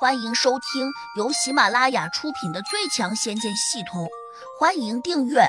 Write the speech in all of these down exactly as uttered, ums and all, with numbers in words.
欢迎收听由喜马拉雅出品的《最强仙剑系统》，欢迎订阅。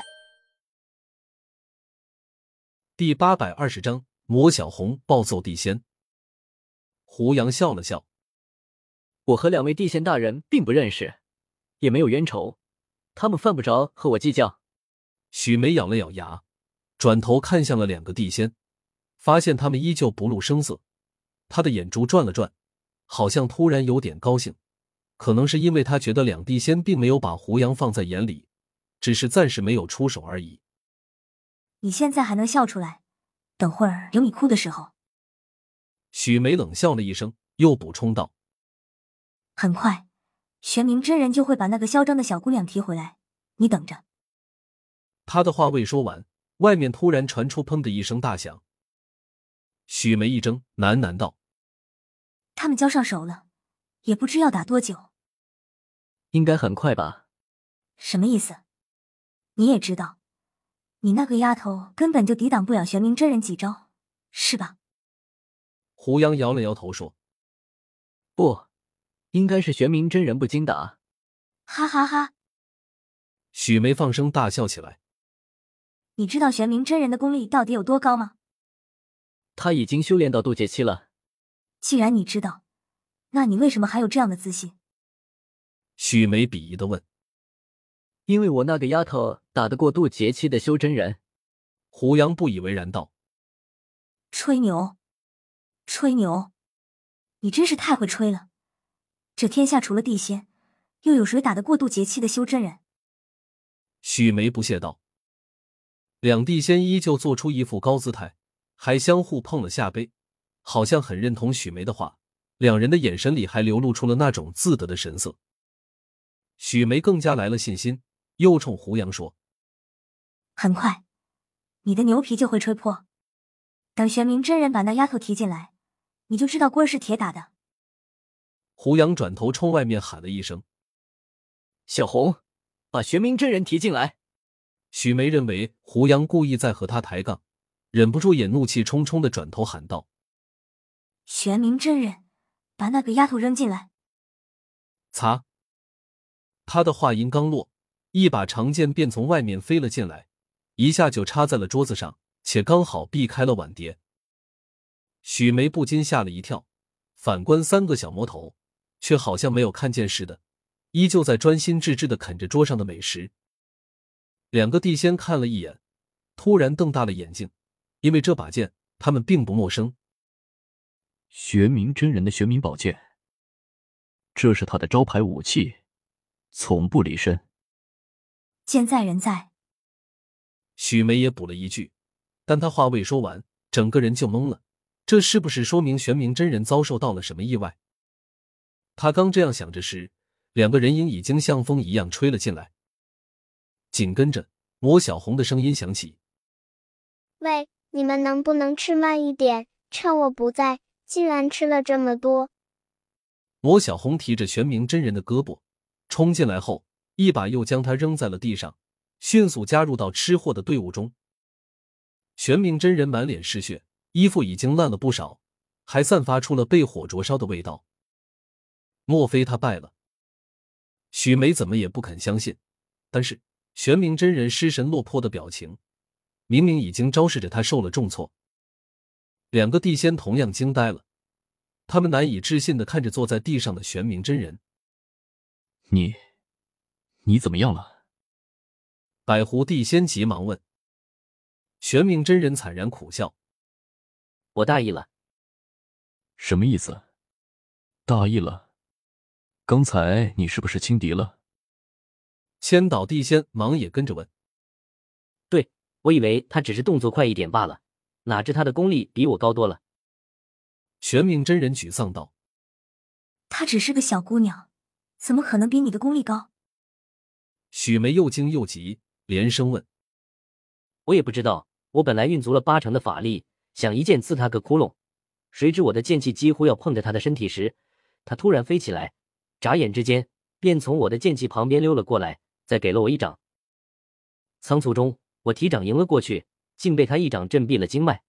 第八百二十章，魔小红暴揍地仙。胡杨笑了笑， 我和两位地仙大人并不认识，也没有冤仇，他们犯不着和我计较。 许梅咬了咬牙，转头看向了两个地仙，发现他们依旧不露声色。他的眼珠转了转，好像突然有点高兴，可能是因为他觉得两地仙并没有把胡杨放在眼里，只是暂时没有出手而已。 你现在还能笑出来，等会儿有你哭的时候。 许梅冷笑了一声，又补充道： 很快玄冥真人就会把那个嚣张的小姑娘提回来，你等着。 他的话未说完，外面突然传出砰的一声大响。许梅一怔，喃喃道： 他们交上手了，也不知要打多久。 应该很快吧？ 什么意思？你也知道，你那个丫头根本就抵挡不了玄冥真人几招，是吧？ 胡杨摇了摇头说： 不，应该是玄冥真人不经打。 哈哈哈！ 许梅放声大笑起来。 你知道玄冥真人的功力到底有多高吗？ 他已经修炼到渡劫期了。 既然你知道，那你为什么还有这样的自信？ 许梅鄙夷地问。 因为我那个丫头打得过渡劫期的修真人。 胡杨不以为然道。 吹牛，吹牛，你真是太会吹了。这天下除了地仙，又有谁打得过渡劫期的修真人？ 许梅不屑道。两地仙依旧做出一副高姿态，还相互碰了下杯，好像很认同许梅的话，两人的眼神里还流露出了那种自得的神色。许梅更加来了信心，又冲胡杨说： 很快你的牛皮就会吹破，等玄冥真人把那丫头提进来，你就知道锅是铁打的。 胡杨转头冲外面喊了一声： 小红，把玄冥真人提进来。 许梅认为胡杨故意在和他抬杠，忍不住也怒气冲冲地转头喊道： 玄冥真人，把那个丫头扔进来。 擦！他的话音刚落，一把长剑便从外面飞了进来，一下就插在了桌子上，且刚好避开了碗碟。许梅不禁吓了一跳，反观三个小魔头，却好像没有看见似的，依旧在专心致志地啃着桌上的美食。两个地仙看了一眼，突然瞪大了眼睛，因为这把剑他们并不陌生。 玄冥真人的玄冥宝剑，这是他的招牌武器，从不离身。 剑在人在。 许梅也补了一句，但他话未说完，整个人就懵了，这是不是说明玄冥真人遭受到了什么意外？他刚这样想着时，两个人影已经像风一样吹了进来。紧跟着魔小红的声音响起： 喂，你们能不能吃慢一点，趁我不在，竟然吃了这么多。 魔小红提着玄冥真人的胳膊冲进来后，一把又将他扔在了地上，迅速加入到吃货的队伍中。玄冥真人满脸是血，衣服已经烂了不少，还散发出了被火灼烧的味道。莫非他败了？许梅怎么也不肯相信，但是玄冥真人失神落魄的表情，明明已经昭示着他受了重挫。两个地仙同样惊呆了，他们难以置信地看着坐在地上的玄冥真人。 你，你怎么样了？ 百狐地仙急忙问。玄冥真人惨然苦笑： 我大意了。 什么意思？大意了？刚才你是不是轻敌了？ 千岛地仙忙也跟着问。 对，我以为他只是动作快一点罢了，哪知他的功力比我高多了。 玄冥真人沮丧道： 她只是个小姑娘，怎么可能比你的功力高？ 许梅又惊又急，连声问： 我也不知道，我本来运足了八成的法力，想一剑刺他个窟窿，谁知我的剑气几乎要碰着他的身体时，他突然飞起来，眨眼之间便从我的剑气旁边溜了过来，再给了我一掌。仓促中我提掌迎了过去，竟被他一掌震闭了经脉。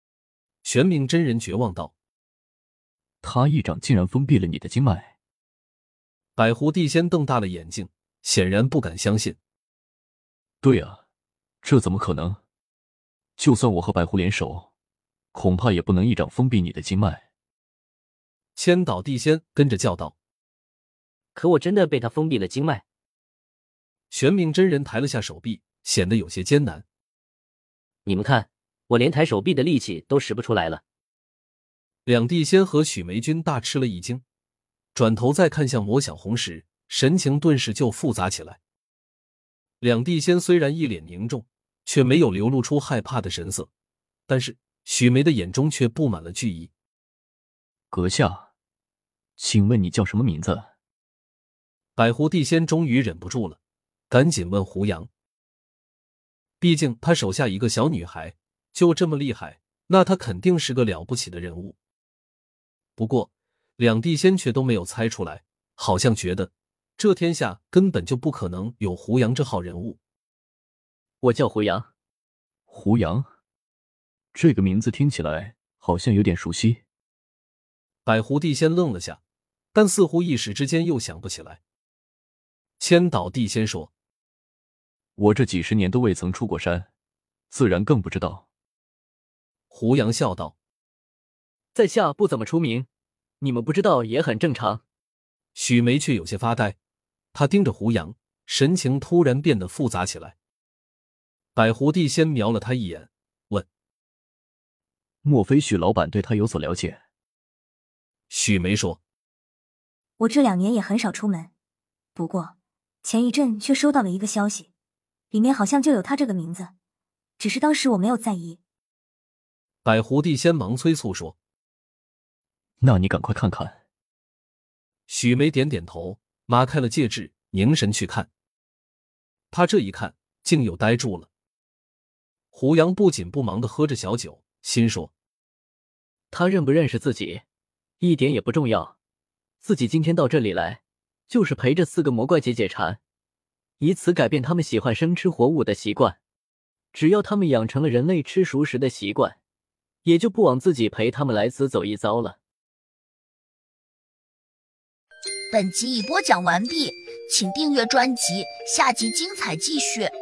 玄冥真人绝望道： 他一掌竟然封闭了你的经脉， 百狐帝仙瞪大了眼睛，显然不敢相信。 对啊，这怎么可能？就算我和百狐联手，恐怕也不能一掌封闭你的经脉。 千岛地仙跟着叫道。 可我真的被他封闭了经脉。 玄冥真人抬了下手臂，显得有些艰难。 你们看，我连抬手臂的力气都使不出来了。 两地仙和许梅君大吃了一惊，转头再看向魔小红时，神情顿时就复杂起来。两地仙虽然一脸凝重，却没有流露出害怕的神色，但是许梅的眼中却布满了惧意。 阁下，请问你叫什么名字？ 百狐地仙终于忍不住了，赶紧问胡杨。毕竟他手下一个小女孩就这么厉害，那他肯定是个了不起的人物。不过两地仙却都没有猜出来，好像觉得这天下根本就不可能有胡杨这号人物。 我叫胡杨。 胡杨，这个名字听起来好像有点熟悉。 百狐地仙愣了下，但似乎一时之间又想不起来。千岛地仙说： 我这几十年都未曾出过山，自然更不知道。 胡杨笑道： 在下不怎么出名，你们不知道也很正常。 许梅却有些发呆，他盯着胡杨，神情突然变得复杂起来。百狐地仙瞄了他一眼，问： 莫非许老板对他有所了解？ 许梅说： 我这两年也很少出门，不过前一阵却收到了一个消息，里面好像就有他这个名字，只是当时我没有在意。 百狐地仙忙催促说： 那你赶快看看。 许梅点点头，抹开了戒指，凝神去看。他这一看，竟又呆住了。胡杨不紧不忙地喝着小酒，心说： 他认不认识自己一点也不重要，自己今天到这里来就是陪着四个魔怪解解馋，以此改变他们喜欢生吃活物的习惯。只要他们养成了人类吃熟食的习惯，也就不枉自己陪他们来此走一遭了。 本集已播讲完毕，请订阅专辑，下集精彩继续。